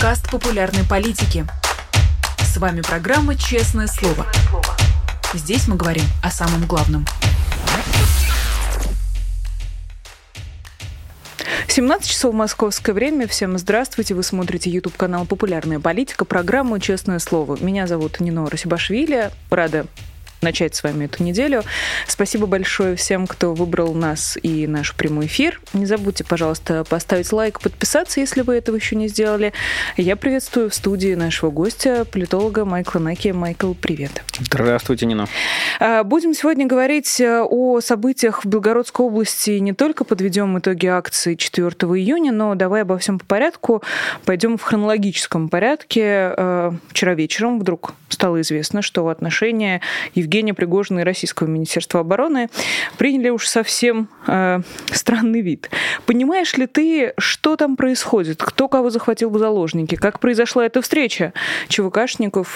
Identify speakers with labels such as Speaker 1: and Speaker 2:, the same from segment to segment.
Speaker 1: подкаст популярной политики. С вами программа «Честное слово». Здесь мы говорим о самом главном.
Speaker 2: 17 часов московское время. Всем здравствуйте. Вы смотрите YouTube-канал «Популярная политика», программу «Честное слово». Меня зовут Нино Расибашвили. Рада начать с вами эту неделю. Спасибо большое всем, кто выбрал нас и наш прямой эфир. Не забудьте, пожалуйста, поставить лайк, подписаться, если вы этого еще не сделали. Я приветствую в студии нашего гостя, политолога Майкла Наки. Майкл, привет.
Speaker 3: Здравствуйте, Нино.
Speaker 2: Будем сегодня говорить о событиях в Белгородской области. Не только подведем итоги акции 4 июня, но давай обо всем по порядку. Пойдем в хронологическом порядке. Вчера вечером вдруг стало известно, что отношения Евгения Пригожина и Российского Министерства обороны приняли уж совсем странный вид. Понимаешь ли ты, что там происходит? Кто кого захватил в заложники? Как произошла эта встреча ЧВКшников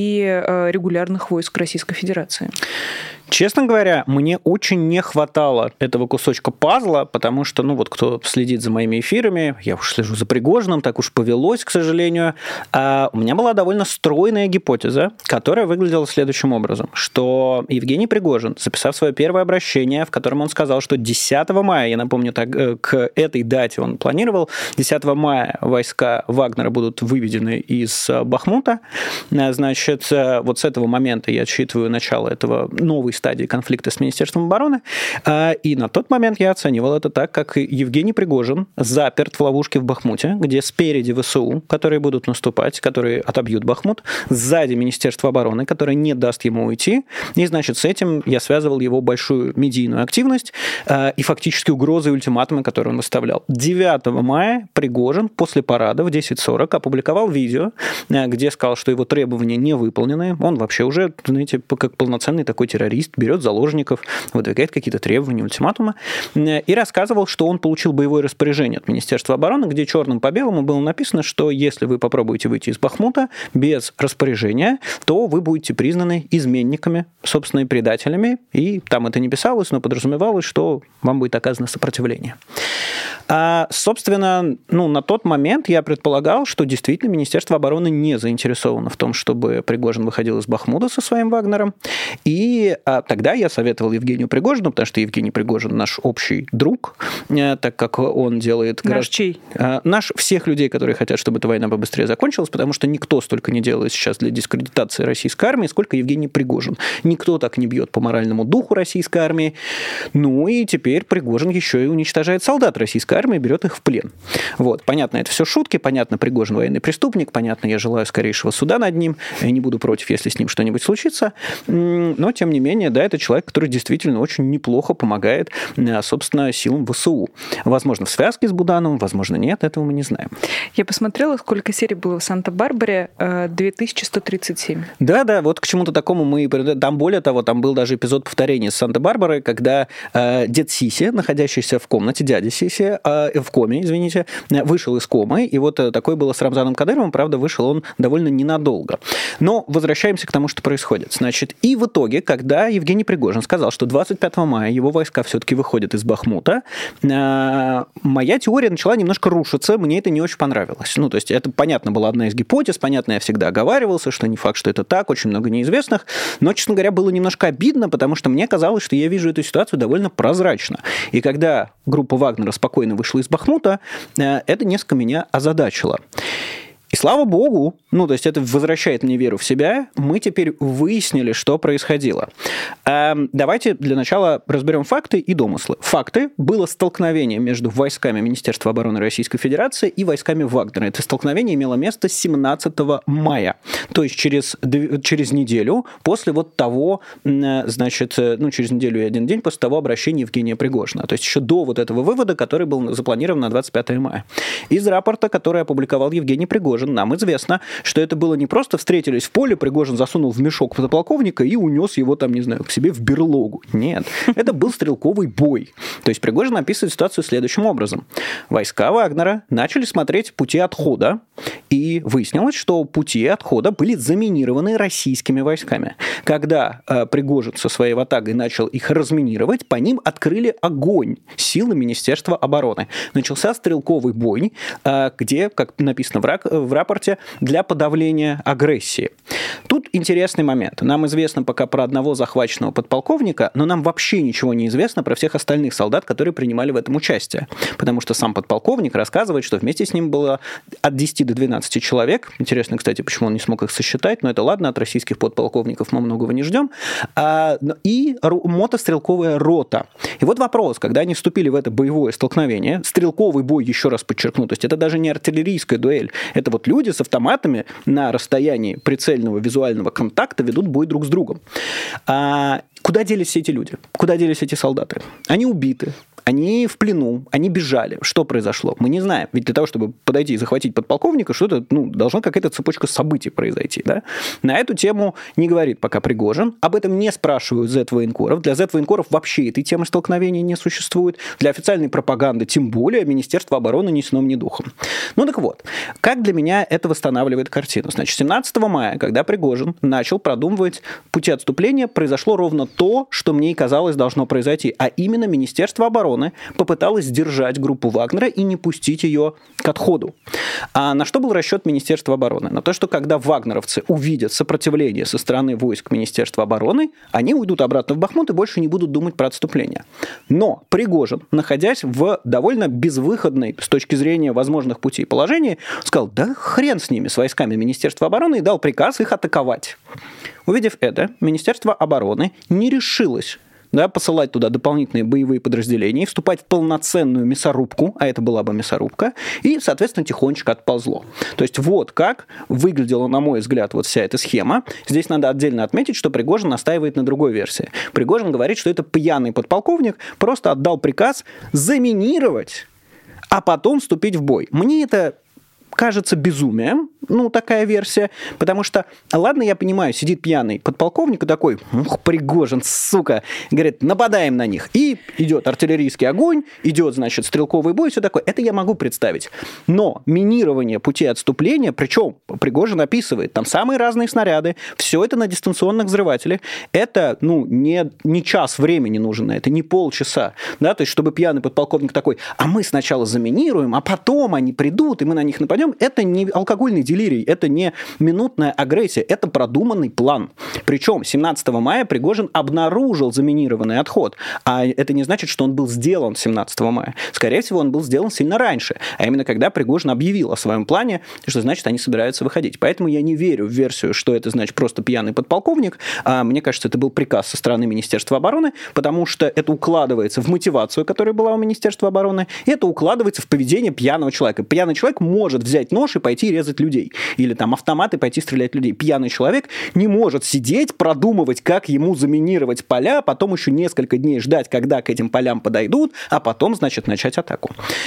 Speaker 2: и регулярных войск Российской Федерации?
Speaker 3: Честно говоря, мне очень не хватало этого кусочка пазла, потому что, кто следит за моими эфирами, я уж слежу за Пригожиным, так уж повелось, к сожалению, у меня была довольно стройная гипотеза, которая выглядела следующим образом, что Евгений Пригожин, записав свое первое обращение, в котором он сказал, что 10 мая, я напомню, к этой дате он планировал, 10 мая войска Вагнера будут выведены из Бахмута, значит, вот с этого момента я отсчитываю начало этого новой стадии конфликта с Министерством обороны, и на тот момент я оценивал это так, как Евгений Пригожин заперт в ловушке в Бахмуте, где спереди ВСУ, которые будут наступать, которые отобьют Бахмут, сзади Министерство обороны, которое не даст ему уйти, и, значит, с этим я связывал его большую медийную активность и фактически угрозы и ультиматумы, которые он выставлял. 9 мая Пригожин после парада в 10:40 опубликовал видео, где сказал, что его требования не выполнены, он вообще уже, знаете, как полноценный такой террорист, берет заложников, выдвигает какие-то требования, ультиматумы, и рассказывал, что он получил боевое распоряжение от Министерства обороны, где черным по белому было написано, что если вы попробуете выйти из Бахмута без распоряжения, то вы будете признаны изменниками, собственно, и предателями, и там это не писалось, но подразумевалось, что вам будет оказано сопротивление. Собственно, на тот момент я предполагал, что действительно Министерство обороны не заинтересовано в том, чтобы Пригожин выходил из Бахмута со своим Вагнером, и тогда я советовал Евгению Пригожину, потому что Евгений Пригожин наш общий друг, так как он делает...
Speaker 2: Наш чей?
Speaker 3: Наш всех людей, которые хотят, чтобы эта война побыстрее закончилась, потому что никто столько не делает сейчас для дискредитации российской армии, сколько Евгений Пригожин. Никто так не бьет по моральному духу российской армии. И теперь Пригожин еще и уничтожает солдат российской армии, берет их в плен. Понятно, это все шутки, понятно, Пригожин военный преступник, понятно, я желаю скорейшего суда над ним, я не буду против, если с ним что-нибудь случится, но, тем не менее, да, это человек, который действительно очень неплохо помогает, собственно, силам ВСУ. Возможно, в связке с Будановым, возможно, нет, этого мы не знаем.
Speaker 2: Я посмотрела, сколько серий было в Санта-Барбаре, 2137. Да,
Speaker 3: к чему-то такому мы... Там, более того, там был даже эпизод повторения с Санта-Барбары, когда дед Сиси, находящийся в комнате, дядя Сиси, в коме, извините, вышел из комы, и такое было с Рамзаном Кадыровым, правда, вышел он довольно ненадолго. Но возвращаемся к тому, что происходит. Значит, и в итоге, когда Евгений Пригожин сказал, что 25 мая его войска все-таки выходят из Бахмута, моя теория начала немножко рушиться, мне это не очень понравилось. То есть это, понятно, была одна из гипотез, понятно, я всегда оговаривался, что не факт, что это так, очень много неизвестных, но, честно говоря, было немножко обидно, потому что мне казалось, что я вижу эту ситуацию довольно прозрачно. И когда группа Вагнера спокойно вышла из Бахмута, это несколько меня озадачило. И слава богу, то есть это возвращает мне веру в себя, мы теперь выяснили, что происходило. Давайте для начала разберем факты и домыслы. Факты: было столкновение между войсками Министерства обороны Российской Федерации и войсками Вагнера. Это столкновение имело место 17 мая, то есть через неделю после того, через неделю и один день после того обращения Евгения Пригожина. То есть еще до этого вывода, который был запланирован на 25 мая. Из рапорта, который опубликовал Евгений Пригожин, нам известно, что это было не просто встретились в поле, Пригожин засунул в мешок подполковника и унес его к себе в берлогу. Нет, это был стрелковый бой. То есть Пригожин описывает ситуацию следующим образом. Войска Вагнера начали смотреть пути отхода, и выяснилось, что пути отхода были заминированы российскими войсками. Когда Пригожин со своей ватагой начал их разминировать, по ним открыли огонь силы Министерства обороны. Начался стрелковый бой, где, как написано в в рапорте для подавления агрессии. Тут интересный момент. Нам известно пока про одного захваченного подполковника, но нам вообще ничего не известно про всех остальных солдат, которые принимали в этом участие. Потому что сам подполковник рассказывает, что вместе с ним было от 10 до 12 человек. Интересно, кстати, почему он не смог их сосчитать, но это ладно, от российских подполковников мы многого не ждем. И мотострелковая рота. И вот вопрос, когда они вступили в это боевое столкновение, стрелковый бой, еще раз подчеркну, то есть это даже не артиллерийская дуэль, это вот люди с автоматами на расстоянии прицельного визуального контакта ведут бой друг с другом. Куда делись все эти люди? Куда делись эти солдаты? Они убиты. Они в плену, они бежали. Что произошло? Мы не знаем. Ведь для того, чтобы подойти и захватить подполковника, что-то, должна какая-то цепочка событий произойти. Да? На эту тему не говорит пока Пригожин. Об этом не спрашивают Z-военкоров. Для Z-военкоров вообще этой темы столкновения не существует. Для официальной пропаганды, тем более, Министерство обороны ни сном, ни духом. Так вот, как для меня это восстанавливает картину? Значит, 17 мая, когда Пригожин начал продумывать пути отступления, произошло ровно то, что мне и казалось должно произойти. А именно Министерство обороны попыталась сдержать группу Вагнера и не пустить ее к отходу. А на что был расчет Министерства обороны? На то, что когда вагнеровцы увидят сопротивление со стороны войск Министерства обороны, они уйдут обратно в Бахмут и больше не будут думать про отступление. Но Пригожин, находясь в довольно безвыходной с точки зрения возможных путей положении, сказал, да хрен с ними, с войсками Министерства обороны, и дал приказ их атаковать. Увидев это, Министерство обороны не решилось посылать туда дополнительные боевые подразделения, вступать в полноценную мясорубку, а это была бы мясорубка, и, соответственно, тихонечко отползло. То есть вот как выглядела, на мой взгляд, вот вся эта схема. Здесь надо отдельно отметить, что Пригожин настаивает на другой версии. Пригожин говорит, что это пьяный подполковник просто отдал приказ заминировать, а потом вступить в бой. Мне это кажется безумием, такая версия, потому что, ладно, я понимаю, сидит пьяный подполковник и такой, Пригожин, сука, говорит, нападаем на них. И идет артиллерийский огонь, идет, значит, стрелковый бой, все такое. Это я могу представить. Но минирование пути отступления, причем Пригожин описывает, там самые разные снаряды, все это на дистанционных взрывателях, это, не час времени нужно на это, не полчаса, да, то есть, чтобы пьяный подполковник такой, а мы сначала заминируем, а потом они придут, и мы на них нападем, это не алкогольный делирий, это не минутная агрессия, это продуманный план. Причем 17 мая Пригожин обнаружил заминированный отход, а это не значит, что он был сделан 17 мая. Скорее всего, он был сделан сильно раньше, а именно когда Пригожин объявил о своем плане, что значит, они собираются выходить. Поэтому я не верю в версию, что это значит просто пьяный подполковник. Мне кажется, это был приказ со стороны Министерства обороны, потому что это укладывается в мотивацию, которая была у Министерства обороны, и это укладывается в поведение пьяного человека. Пьяный человек может взять нож и пойти резать людей. Или там автомат и пойти стрелять в людей. Пьяный человек не может сидеть, продумывать, как ему заминировать поля, потом еще несколько дней ждать, когда к этим полям подойдут, а потом, значит, начать атаку.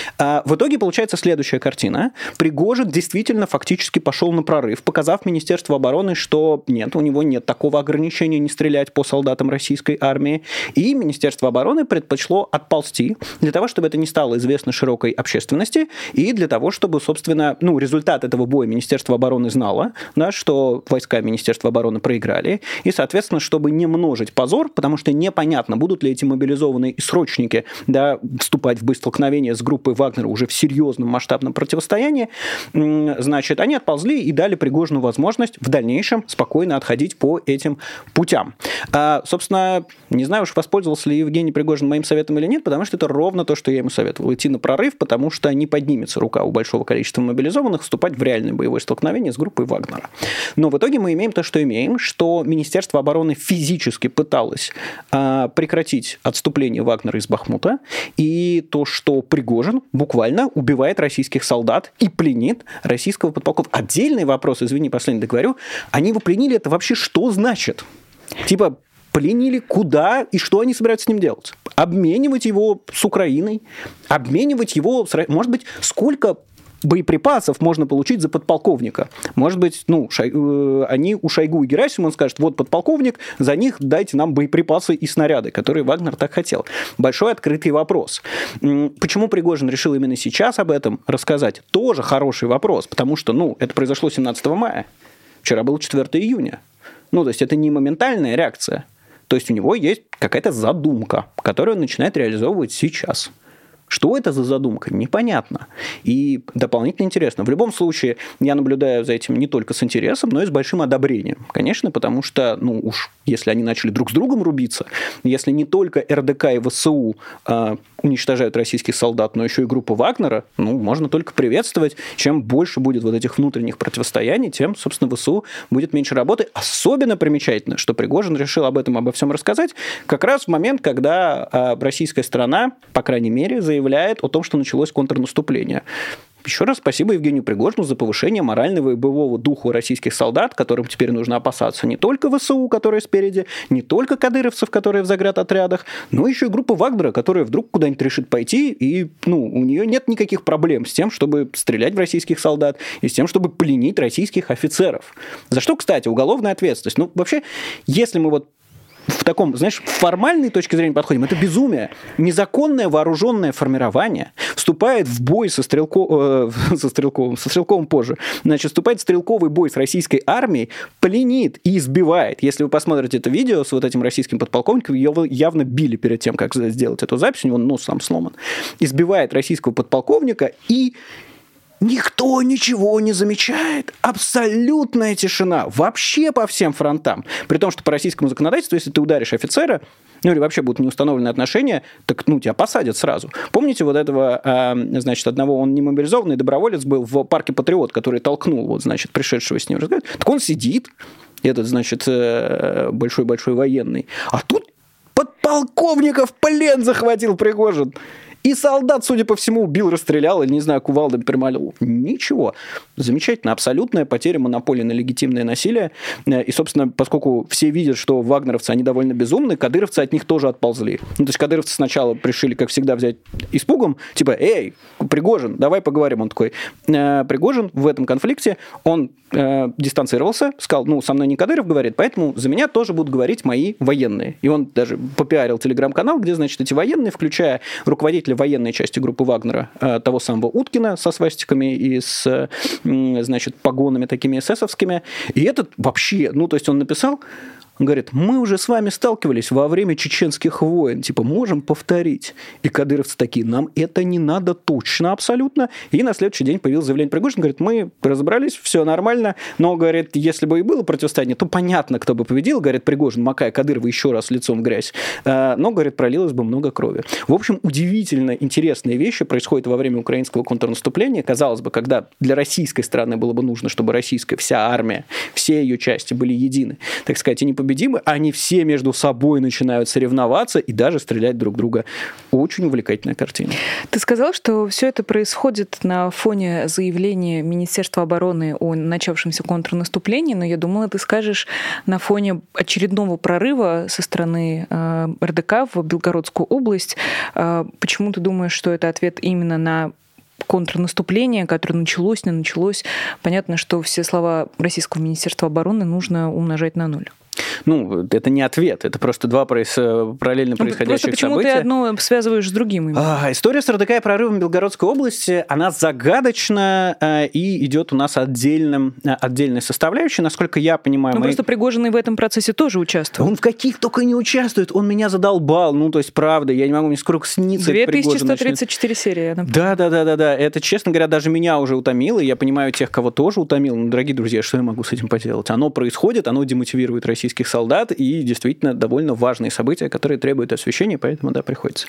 Speaker 3: В итоге получается следующая картина. Пригожин действительно фактически пошел на прорыв, показав Министерству обороны, что нет, у него нет такого ограничения не стрелять по солдатам российской армии. И Министерство обороны предпочло отползти для того, чтобы это не стало известно широкой общественности, и для того, чтобы, собственно, результат этого боя Министерство обороны знало, да, что войска Министерства обороны проиграли, и, соответственно, чтобы не множить позор, потому что непонятно, будут ли эти мобилизованные срочники вступать в боестолкновение с группой Вагнера уже в серьезном масштабном противостоянии, значит, они отползли и дали Пригожину возможность в дальнейшем спокойно отходить по этим путям. Собственно, не знаю уж, воспользовался ли Евгений Пригожин моим советом или нет, потому что это ровно то, что я ему советовал. Идти на прорыв, потому что не поднимется рука у большого количества мобилизованных вступать в реальное боевое столкновение с группой Вагнера. Но в итоге мы имеем то, что имеем, что Министерство обороны физически пыталось прекратить отступление Вагнера из Бахмута, и то, что Пригожин буквально убивает российских солдат и пленит российского подполковника. Отдельный вопрос, извини, последний договорю, они его пленили, это вообще что значит? Типа, пленили куда и что они собираются с ним делать? Обменивать его с Украиной? Обменивать его, может быть, сколько боеприпасов можно получить за подполковника? Может быть, они у Шойгу и Герасимова скажут, вот подполковник, за них дайте нам боеприпасы и снаряды, которые Вагнер так хотел. Большой открытый вопрос. Почему Пригожин решил именно сейчас об этом рассказать? Тоже хороший вопрос, потому что, это произошло 17 мая. Вчера было 4 июня. То есть это не моментальная реакция. То есть у него есть какая-то задумка, которую он начинает реализовывать сейчас. Что это за задумка? Непонятно. И дополнительно интересно. В любом случае, я наблюдаю за этим не только с интересом, но и с большим одобрением. Конечно, потому что, уж если они начали друг с другом рубиться, если не только РДК и ВСУ уничтожают российских солдат, но еще и группу Вагнера, можно только приветствовать. Чем больше будет вот этих внутренних противостояний, тем, собственно, ВСУ будет меньше работы. Особенно примечательно, что Пригожин решил обо всем рассказать как раз в момент, когда российская сторона, по крайней мере, заявляет о том, что началось контрнаступление. Еще раз спасибо Евгению Пригожину за повышение морального и боевого духа российских солдат, которым теперь нужно опасаться не только ВСУ, которые спереди, не только кадыровцев, которые в заградотрядах, но еще и группа Вагнера, которая вдруг куда-нибудь решит пойти, и у нее нет никаких проблем с тем, чтобы стрелять в российских солдат и с тем, чтобы пленить российских офицеров. За что, кстати, уголовная ответственность. Вообще, если мы в таком, формальной точке зрения подходим, это безумие. Незаконное вооруженное формирование вступает в бой со стрелковым позже. Вступает в стрелковый бой с российской армией, пленит и избивает. Если вы посмотрите это видео с этим российским подполковником, его явно били перед тем, как сделать эту запись, у него нос сам сломан. Избивает российского подполковника и никто ничего не замечает. Абсолютная тишина. Вообще по всем фронтам. При том, что по российскому законодательству, если ты ударишь офицера, или вообще будут неустановленные отношения, так тебя посадят сразу. Помните вот одного, он не мобилизованный доброволец был в парке Патриот, который толкнул пришедшего с ним разговаривать. Так он сидит, этот, большой-большой военный. А тут подполковника в плен захватил Пригожин. И солдат, судя по всему, убил, расстрелял, или, не знаю, кувалдой примолол. Ничего. Замечательно. Абсолютная потеря монополии на легитимное насилие. И, собственно, поскольку все видят, что вагнеровцы, они довольно безумны, кадыровцы от них тоже отползли. То есть кадыровцы сначала решили, как всегда, взять испугом, типа, эй, Пригожин, давай поговорим. Он такой, Пригожин в этом конфликте, он дистанцировался, сказал, со мной не Кадыров говорит, поэтому за меня тоже будут говорить мои военные. И он даже попиарил телеграм-канал, где, эти военные, включая руководителя военной части группы Вагнера, того самого Уткина со свастиками и с, погонами такими эсэсовскими. И этот вообще, то есть он написал, он говорит, мы уже с вами сталкивались во время чеченских войн, можем повторить. И кадыровцы такие, нам это не надо точно абсолютно. И на следующий день появилось заявление Пригожина, говорит, мы разобрались, все нормально, но, говорит, если бы и было противостояние, то понятно, кто бы победил, говорит Пригожин, макая Кадырова еще раз лицом в грязь. Но, говорит, пролилось бы много крови. В общем, удивительно интересные вещи происходят во время украинского контрнаступления. Казалось бы, когда для российской стороны было бы нужно, чтобы российская вся армия, все ее части были едины, так сказать, и непобедимы, они все между собой начинают соревноваться и даже стрелять друг друга. Очень увлекательная картина.
Speaker 2: Ты сказал, что все это происходит на фоне заявления Министерства обороны о начавшемся контрнаступлении, но я думала, ты скажешь на фоне очередного прорыва со стороны РДК в Белгородскую область. Почему ты думаешь, что это ответ именно на контрнаступление, которое началось, не началось? Понятно, что все слова Российского Министерства обороны нужно умножать на 0.
Speaker 3: Это не ответ, это просто два параллельно происходящих
Speaker 2: почему
Speaker 3: события.
Speaker 2: Ты одно связываешь с другим?
Speaker 3: История с РДК и прорывом Белгородской области, она загадочна и идет у нас отдельной составляющей, насколько я понимаю.
Speaker 2: Просто Пригожин в этом процессе тоже участвует.
Speaker 3: Он в каких только не участвует, он меня задолбал, то есть правда, я не могу, мне сколько снится.
Speaker 2: 2134 серии.
Speaker 3: Да, это, честно говоря, даже меня уже утомило, я понимаю тех, кого тоже утомило, дорогие друзья, что я могу с этим поделать? Оно происходит, оно демотивирует российских солдат, и действительно довольно важные события, которые требуют освещения, поэтому, приходится.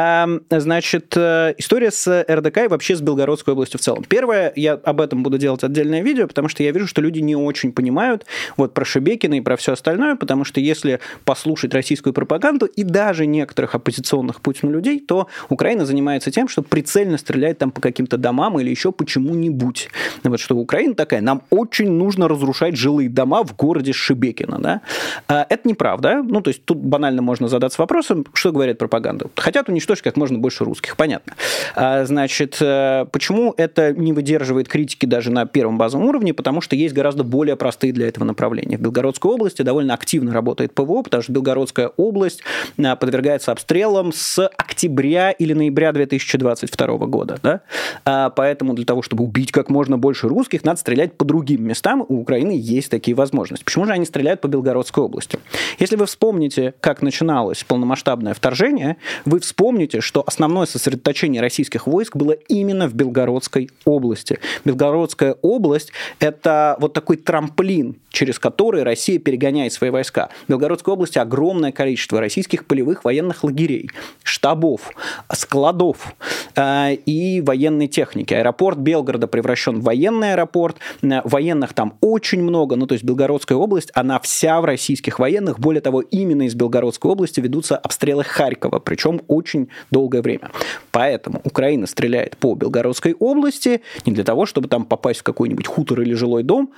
Speaker 3: История с РДК и вообще с Белгородской областью в целом. Первое, я об этом буду делать отдельное видео, потому что я вижу, что люди не очень понимают про Шебекина и про все остальное, потому что если послушать российскую пропаганду и даже некоторых оппозиционных Путину людей, то Украина занимается тем, что прицельно стреляет там по каким-то домам или еще почему-нибудь. Что Украина такая, нам очень нужно разрушать жилые дома в городе Шебекино. Да? Это неправда. То есть тут банально можно задаться вопросом, что говорит пропаганда. Хотят уничтожить как можно больше русских. Понятно. Почему это не выдерживает критики даже на первом базовом уровне? Потому что есть гораздо более простые для этого направления. В Белгородской области довольно активно работает ПВО, потому что Белгородская область подвергается обстрелам с октября или ноября 2022 года. Да? Поэтому для того, чтобы убить как можно больше русских, надо стрелять по другим местам. У Украины есть такие возможности. Почему же они стреляют по Белгородской Белгородской области. Если вы вспомните, как начиналось полномасштабное вторжение, вы вспомните, что основное сосредоточение российских войск было именно в Белгородской области. Белгородская область – это вот такой трамплин, через который Россия перегоняет свои войска. В Белгородской области огромное количество российских полевых военных лагерей, штабов, складов и военной техники. Аэропорт Белгорода превращен в военный аэропорт, военных там очень много, то есть Белгородская область, она вся в российских военных. Более того, именно из Белгородской области ведутся обстрелы Харькова, причем очень долгое время. Поэтому Украина стреляет по Белгородской области не для того, чтобы там попасть в какой-нибудь хутор или жилой дом,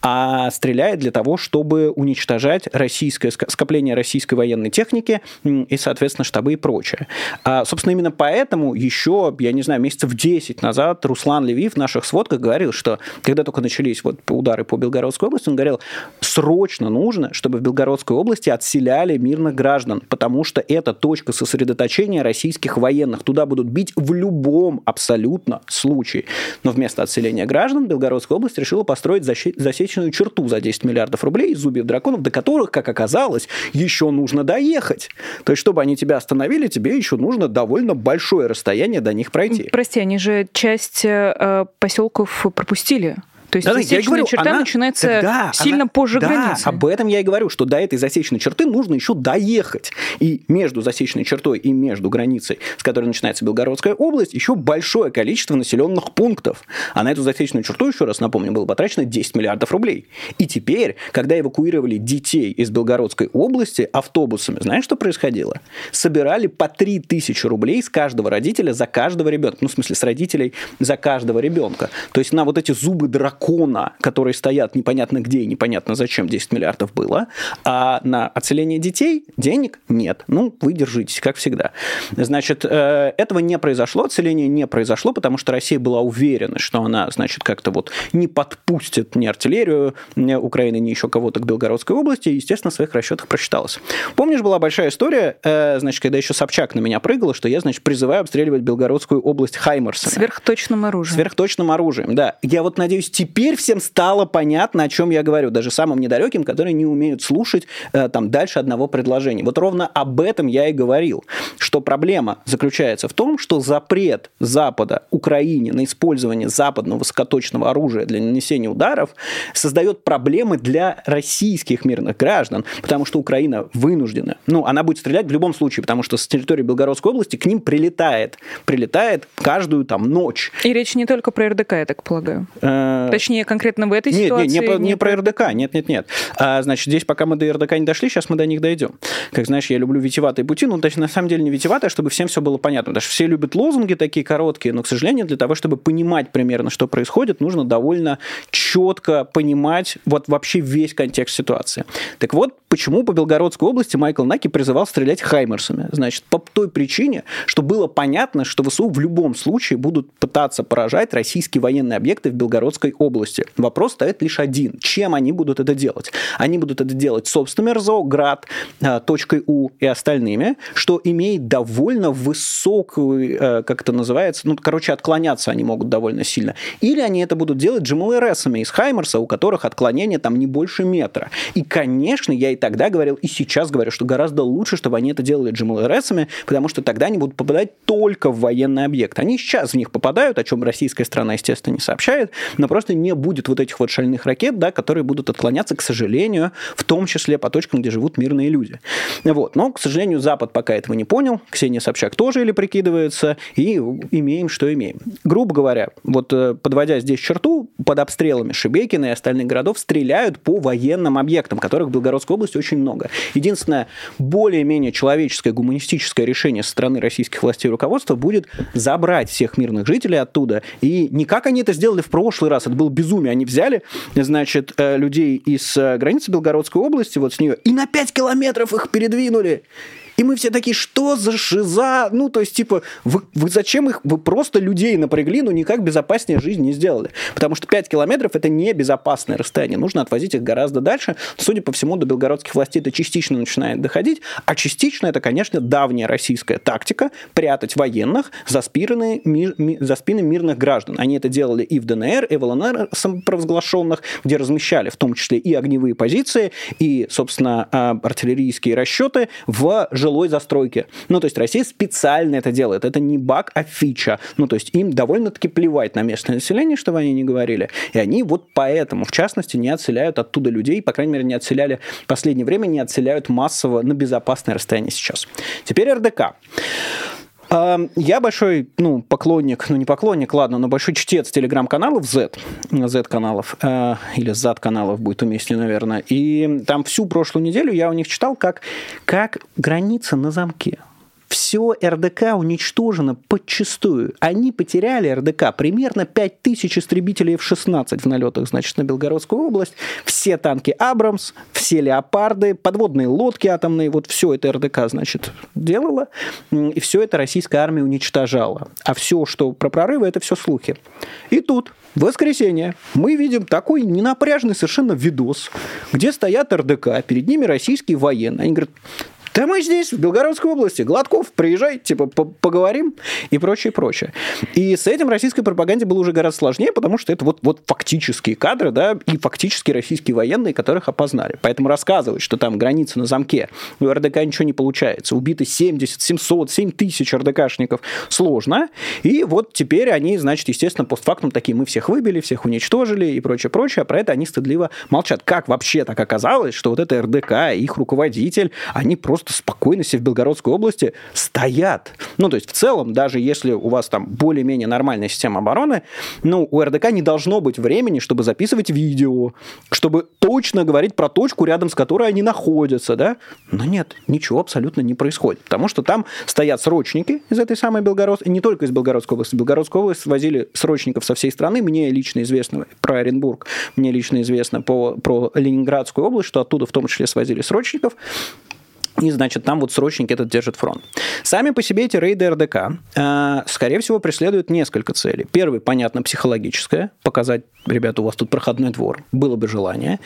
Speaker 3: а стреляет для того, чтобы уничтожать скопление российской военной техники и, соответственно, штабы и прочее. Собственно, именно поэтому еще, я не знаю, месяцев 10 назад Руслан Левиев в наших сводках говорил, что когда только начались удары по Белгородской области, он говорил, срочно нужно, чтобы в Белгородской области отселяли мирных граждан, потому что это точка сосредоточения российских военных. Туда будут бить в любом абсолютно случае. Но вместо отселения граждан Белгородская область решила построить засечную черту за 10 миллиардов рублей из зубьев драконов, до которых, как оказалось, еще нужно доехать. То есть, чтобы они тебя остановили, тебе еще нужно довольно большое расстояние до них пройти.
Speaker 2: Прости, они же часть поселков пропустили. То есть засечная черта начинается сильно позже границы.
Speaker 3: Об этом я и говорю, что до этой засечной черты нужно еще доехать. И между засечной чертой и между границей, с которой начинается Белгородская область, еще большое количество населенных пунктов. А на эту засечную черту, еще раз напомню, было потрачено 10 миллиардов рублей. И теперь, когда эвакуировали детей из Белгородской области автобусами, знаешь, что происходило? Собирали по 3000 рублей с каждого родителя за каждого ребенка. В смысле, с родителей за каждого ребенка. То есть на вот эти зубы дракона, которые стоят непонятно где и непонятно зачем, 10 миллиардов было, а на отселение детей денег нет. Вы держитесь, как всегда. Значит, этого не произошло, отселение не произошло, потому что Россия была уверена, что она, как-то не подпустит ни артиллерию Украины, ни еще кого-то к Белгородской области, и, естественно, в своих расчетах просчиталась. Помнишь, была большая история, когда еще Собчак на меня прыгала, что я, призываю обстреливать Белгородскую область хаймерсами.
Speaker 2: Сверхточным оружием.
Speaker 3: Сверхточным оружием, да. Я надеюсь, теперь всем стало понятно, о чем я говорю, даже самым недалеким, которые не умеют слушать дальше одного предложения. Ровно об этом я и говорил, что проблема заключается в том, что запрет Запада Украине на использование западного высокоточного оружия для нанесения ударов создает проблемы для российских мирных граждан, потому что Украина вынуждена, она будет стрелять в любом случае, потому что с территории Белгородской области к ним прилетает каждую ночь.
Speaker 2: И речь не только про РДК, я так полагаю. Точнее, конкретно в этой ситуации?
Speaker 3: Не про РДК, нет. Здесь, пока мы до РДК не дошли, сейчас мы до них дойдем. Как знаешь, я люблю витиеватые пути, на самом деле не витиеватые, а чтобы всем все было понятно. Потому что все любят лозунги такие короткие, но, к сожалению, для того, чтобы понимать примерно, что происходит, нужно довольно четко понимать вообще весь контекст ситуации. Так вот, почему по Белгородской области Майкл Наки призывал стрелять хаймерсами? По той причине, что было понятно, что ВСУ в любом случае будут пытаться поражать российские военные объекты в Белгородской области. Вопрос стоит лишь один. Чем они будут это делать? Они будут это делать собственными РЗО, ГРАД, .У и остальными, что имеет довольно высокую, как это называется, отклоняться они могут довольно сильно. Или они это будут делать GMLRS-ами из Хаймерса, у которых отклонение не больше метра. И, конечно, я и тогда говорил, и сейчас говорю, что гораздо лучше, чтобы они это делали GMLRS-ами, потому что тогда они будут попадать только в военный объект. Они сейчас в них попадают, о чем российская страна, естественно, не сообщает, но просто не будет этих шальных ракет, которые будут отклоняться, к сожалению, в том числе по точкам, где живут мирные люди. Но, к сожалению, Запад пока этого не понял, Ксения Собчак тоже или прикидывается, и имеем, что имеем. Грубо говоря, подводя здесь черту, под обстрелами Шебекина и остальных городов стреляют по военным объектам, которых в Белгородской области очень много. Единственное, более-менее человеческое, гуманистическое решение со стороны российских властей и руководства будет забрать всех мирных жителей оттуда, и не как они это сделали в прошлый раз, это было безумие, они взяли, людей из границы Белгородской области, с нее, и на 5 километров их передвинули. И мы все такие, что за шиза? Ну, то есть, типа, вы зачем их? Вы просто людей напрягли, но никак безопаснее жизнь не сделали. Потому что 5 километров – это не безопасное расстояние. Нужно отвозить их гораздо дальше. Судя по всему, до белгородских властей это частично начинает доходить, а частично это, конечно, давняя российская тактика прятать военных за спины мирных граждан. Они это делали и в ДНР, и в ЛНР самопровозглашенных, где размещали в том числе и огневые позиции, и, собственно, артиллерийские расчеты в жилой застройке. Ну, то есть Россия специально это делает. Это не баг, а фича. Ну, то есть им довольно-таки плевать на местное население, чтобы они не говорили. И они вот поэтому, в частности, не отселяют оттуда людей, по крайней мере, не отселяли в последнее время, не отселяют массово на безопасное расстояние сейчас. Теперь РДК. Я большой, поклонник, не поклонник, ладно, но большой чтец телеграм-каналов Z-каналов, или Z-каналов будет уместнее, наверное. И там всю прошлую неделю я у них читал, как граница на замке. Все РДК уничтожено подчистую. Они потеряли РДК примерно 5000 истребителей F-16 в налетах, значит, на Белгородскую область. Все танки Абрамс, все леопарды, подводные лодки атомные, вот все это РДК, значит, делало. И все это российская армия уничтожала. А все, что про прорывы, это все слухи. И тут в воскресенье мы видим такой ненапряжный совершенно видос, где стоят РДК, перед ними российские военные. Они говорят: да мы здесь, в Белгородской области, Гладков, приезжай, типа, поговорим и прочее, прочее. И с этим российской пропаганде было уже гораздо сложнее, потому что это вот фактические кадры, да, и фактически российские военные, которых опознали. Поэтому рассказывать, что там граница на замке, у РДК ничего не получается, убиты 70, 700, 7 тысяч РДКшников, сложно. И вот теперь они, значит, естественно, постфактум такие: мы всех выбили, всех уничтожили и прочее, прочее, а про это они стыдливо молчат. Как вообще так оказалось, что вот это РДК, их руководитель, они просто спокойно себе в Белгородской области стоят. Ну, то есть, в целом, даже если у вас там более-менее нормальная система обороны, у РДК не должно быть времени, чтобы записывать видео, чтобы точно говорить про точку, рядом с которой они находятся, да? Но нет, ничего абсолютно не происходит, потому что там стоят срочники из этой самой Белгородской, не только из Белгородской области. В Белгородскую область возили срочников со всей страны. Мне лично известно про Оренбург, мне лично известно про Ленинградскую область, что оттуда в том числе свозили срочников. И, значит, там вот срочники этот держат фронт. Сами по себе эти рейды РДК, скорее всего, преследуют несколько целей. Первый, понятно, психологическое. Показать: ребята, у вас тут проходной двор. Было бы желание.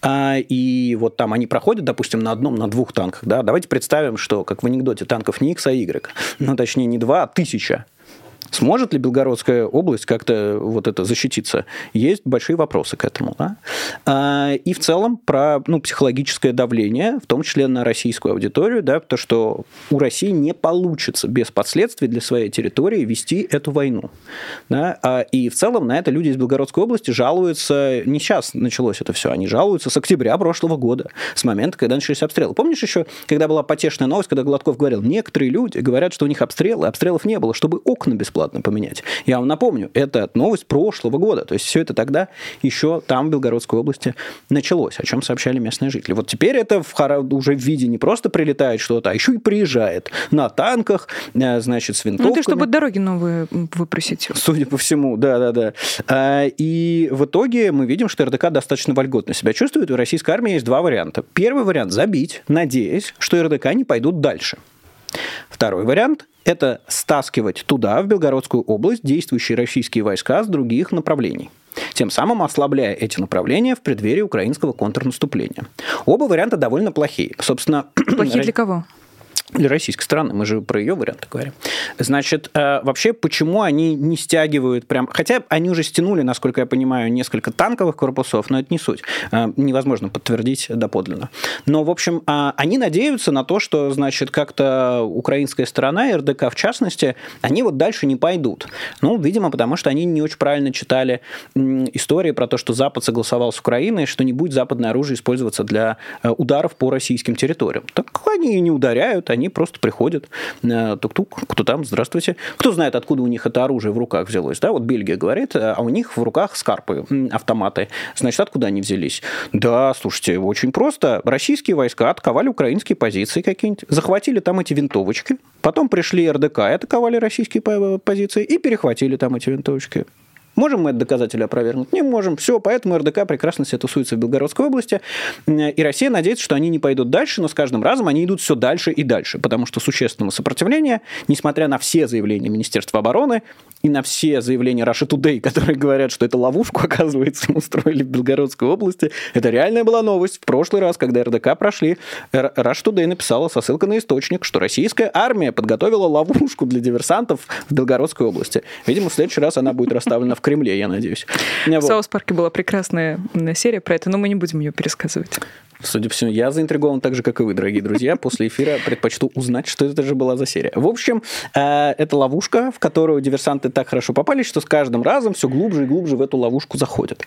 Speaker 3: И вот там они проходят, допустим, на одном, на двух танках. Да? Давайте представим, что, как в анекдоте, танков не X, а Y. Ну, точнее, не 2, а 1000. Сможет ли Белгородская область как-то вот это защититься? Есть большие вопросы к этому. Да? И в целом про психологическое давление, в том числе на российскую аудиторию, да, то, что у России не получится без последствий для своей территории вести эту войну. Да? И в целом на это люди из Белгородской области жалуются. Не сейчас началось это все, они жалуются с октября прошлого года, с момента, когда начались обстрелы. Помнишь еще, когда была потешная новость, когда Гладков говорил: некоторые люди говорят, что у них обстрелы, обстрелов не было, чтобы окна бесплатно поменять. Я вам напомню, это новость прошлого года. То есть все это тогда еще там, в Белгородской области, началось, о чем сообщали местные жители. Вот теперь это уже в виде не просто прилетает что-то, а еще и приезжает на танках, значит, с винтовками.
Speaker 2: Это чтобы дороги новые выпросить.
Speaker 3: Судя по всему, да. И в итоге мы видим, что РДК достаточно вольготно себя чувствует. У российской армии есть два варианта. Первый вариант – забить, надеясь, что РДК не пойдут дальше. Второй вариант – это стаскивать туда, в Белгородскую область, действующие российские войска с других направлений, тем самым ослабляя эти направления в преддверии украинского контрнаступления. Оба варианта довольно плохие. Собственно,
Speaker 2: плохие для кого?
Speaker 3: Для российской стороны, мы же про ее варианты говорим. Значит, вообще, почему они не стягивают прям... Хотя они уже стянули, насколько я понимаю, несколько танковых корпусов, но это не суть. Невозможно подтвердить доподлинно. Но, в общем, они надеются на то, что, значит, как-то украинская сторона, и РДК в частности, они вот дальше не пойдут. Ну, видимо, потому что они не очень правильно читали истории про то, что Запад согласовал с Украиной, что не будет западное оружие использоваться для ударов по российским территориям. Так они и не ударяют, они просто приходят, тук-тук, кто там, здравствуйте. Кто знает, откуда у них это оружие в руках взялось, да? Вот Бельгия говорит, а у них в руках скарпы, автоматы. Значит, откуда они взялись? Да, слушайте, очень просто. Российские войска атаковали украинские позиции какие-нибудь, захватили там эти винтовочки, потом пришли РДК и атаковали российские позиции и перехватили там эти винтовочки. Можем мы это доказать или опровергнуть? Не можем. Все, поэтому РДК прекрасно себе тусуется в Белгородской области. И Россия надеется, что они не пойдут дальше, но с каждым разом они идут все дальше и дальше, потому что существенного сопротивления, несмотря на все заявления Министерства обороны и на все заявления Russia Today, которые говорят, что это ловушку, оказывается, им устроили в Белгородской области, это реальная была новость. В прошлый раз, когда РДК прошли, Russia Today написала со ссылкой на источник, что российская армия подготовила ловушку для диверсантов в Белгородской области. Видимо, в следующий раз она будет расставлена в Кремле, я надеюсь.
Speaker 2: В Саус-парке была прекрасная серия про это, но мы не будем ее пересказывать.
Speaker 3: Судя по всему, я заинтригован так же, как и вы, дорогие друзья. После эфира предпочту узнать, что это же была за серия. В общем, это ловушка, в которую диверсанты так хорошо попались, что с каждым разом все глубже и глубже в эту ловушку заходят.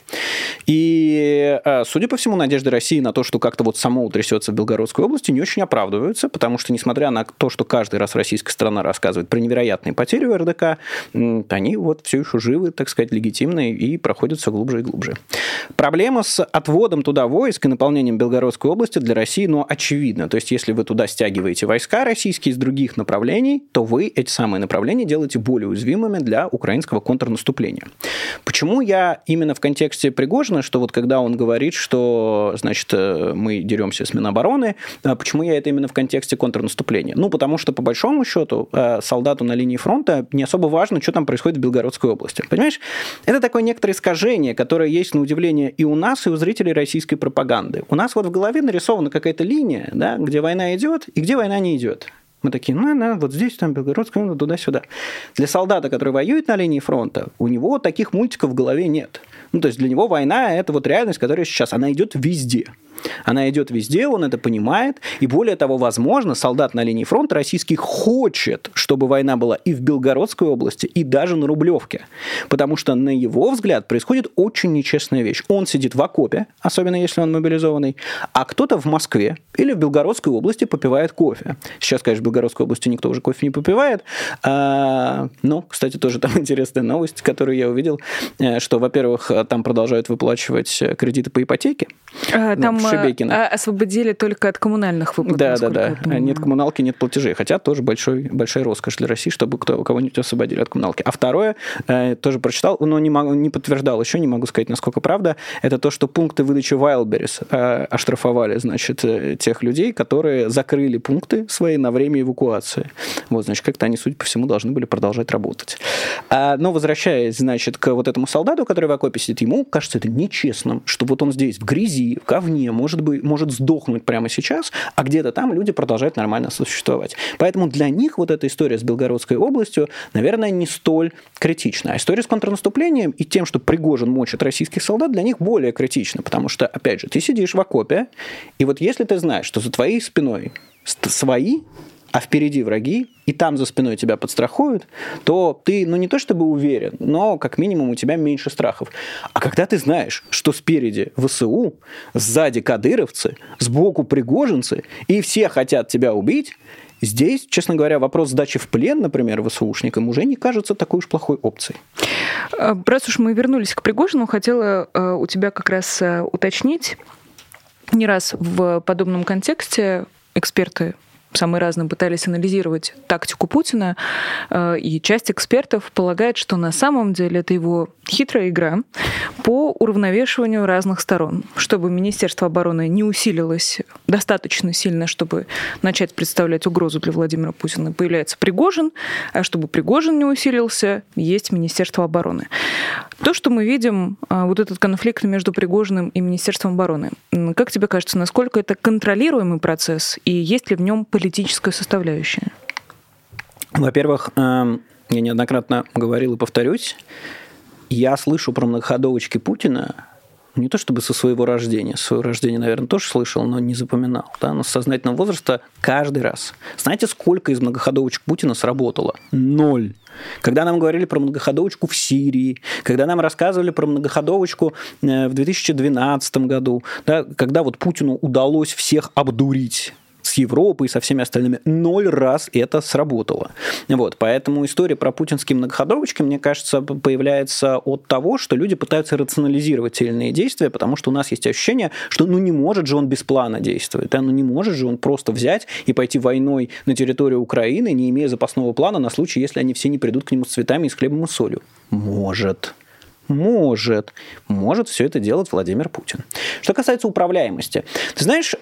Speaker 3: И, судя по всему, надежды России на то, что как-то вот само утрясется в Белгородской области, не очень оправдываются, потому что, несмотря на то, что каждый раз российская сторона рассказывает про невероятные потери у РДК, они вот все еще живы, так сказать, легитимные и проходят все глубже и глубже. Проблема с отводом туда войск и наполнением Белгородской области для России, но очевидно. То есть, если вы туда стягиваете войска российские из других направлений, то вы эти самые направления делаете более уязвимыми для украинского контрнаступления. Почему я именно в контексте Пригожина, что вот когда он говорит, что, значит, мы деремся с Минобороны, почему я это именно в контексте контрнаступления? Ну, потому что, по большому счету, солдату на линии фронта не особо важно, что там происходит в Белгородской области. Понимаешь? Это такое некоторое искажение, которое есть, на удивление, и у нас, и у зрителей российской пропаганды. У нас вот в голове нарисована какая-то линия, да, где война идет и где война не идет. Мы такие, вот здесь, там, Белгородская, туда-сюда. Для солдата, который воюет на линии фронта, у него таких мультиков в голове нет. Ну, то есть для него война – это вот реальность, которая сейчас, она идет везде. Она идет везде, он это понимает. И более того, возможно, солдат на линии фронта российский хочет, чтобы война была и в Белгородской области, и даже на Рублевке. Потому что, на его взгляд, происходит очень нечестная вещь. Он сидит в окопе, особенно если он мобилизованный, а кто-то в Москве или в Белгородской области попивает кофе. Сейчас, конечно, в Белгородской области никто уже кофе не попивает. Но, кстати, тоже там интересная новость, которую я увидел, что, во-первых, там продолжают выплачивать кредиты по ипотеке.
Speaker 2: Там освободили только от коммунальных выплат.
Speaker 3: Да. Нет коммуналки, нет платежей. Хотя тоже большая роскошь для России, чтобы кого-нибудь освободили от коммуналки. А второе, тоже прочитал, но не подтверждал еще, не могу сказать, насколько правда, это то, что пункты выдачи Wildberries оштрафовали, значит, тех людей, которые закрыли пункты свои на время эвакуации. Вот, значит, как-то они, судя по всему, должны были продолжать работать. Но возвращаясь, значит, к вот этому солдату, который в окопе сидит, ему кажется это нечестным, что вот он здесь в грязи, в говне, может сдохнуть прямо сейчас, а где-то там люди продолжают нормально существовать. Поэтому для них вот эта история с Белгородской областью, наверное, не столь критична. А история с контрнаступлением и тем, что Пригожин мочит российских солдат, для них более критична, потому что, опять же, ты сидишь в окопе, и вот если ты знаешь, что за твоей спиной свои, а впереди враги, и там за спиной тебя подстрахуют, то ты, не то чтобы уверен, но как минимум у тебя меньше страхов. А когда ты знаешь, что спереди ВСУ, сзади кадыровцы, сбоку пригожинцы, и все хотят тебя убить, здесь, честно говоря, вопрос сдачи в плен, например, ВСУшникам уже не кажется такой уж плохой опцией.
Speaker 2: Раз уж мы вернулись к Пригожину, хотела у тебя как раз уточнить. Не раз в подобном контексте эксперты самые разные пытались анализировать тактику Путина, и часть экспертов полагает, что на самом деле это его хитрая игра по уравновешиванию разных сторон, чтобы Министерство обороны не усилилось достаточно сильно, чтобы начать представлять угрозу для Владимира Путина. Появляется Пригожин, а чтобы Пригожин не усилился, есть Министерство обороны. То, что мы видим, вот этот конфликт между Пригожиным и Министерством обороны, как тебе кажется, насколько это контролируемый процесс, и есть ли в нем политическая составляющая?
Speaker 3: Во-первых, я неоднократно говорил и повторюсь, я слышу про многоходовочки Путина не то чтобы со своего рождения. Свое рождение, наверное, тоже слышал, но не запоминал. Да? Но с сознательного возраста каждый раз. Знаете, сколько из многоходовочек Путина сработало? 0. Когда нам говорили про многоходовочку в Сирии, когда нам рассказывали про многоходовочку в 2012 году, да, когда вот Путину удалось всех обдурить с Европой и со всеми остальными, 0 раз это сработало. Вот, поэтому история про путинские многоходовочки, мне кажется, появляется от того, что люди пытаются рационализировать те или иные действия, потому что у нас есть ощущение, что не может же он без плана действовать, да? Не может же он просто взять и пойти войной на территорию Украины, не имея запасного плана на случай, если они все не придут к нему с цветами и с хлебом и солью. Может. может все это делать Владимир Путин. Что касается управляемости. Ты знаешь,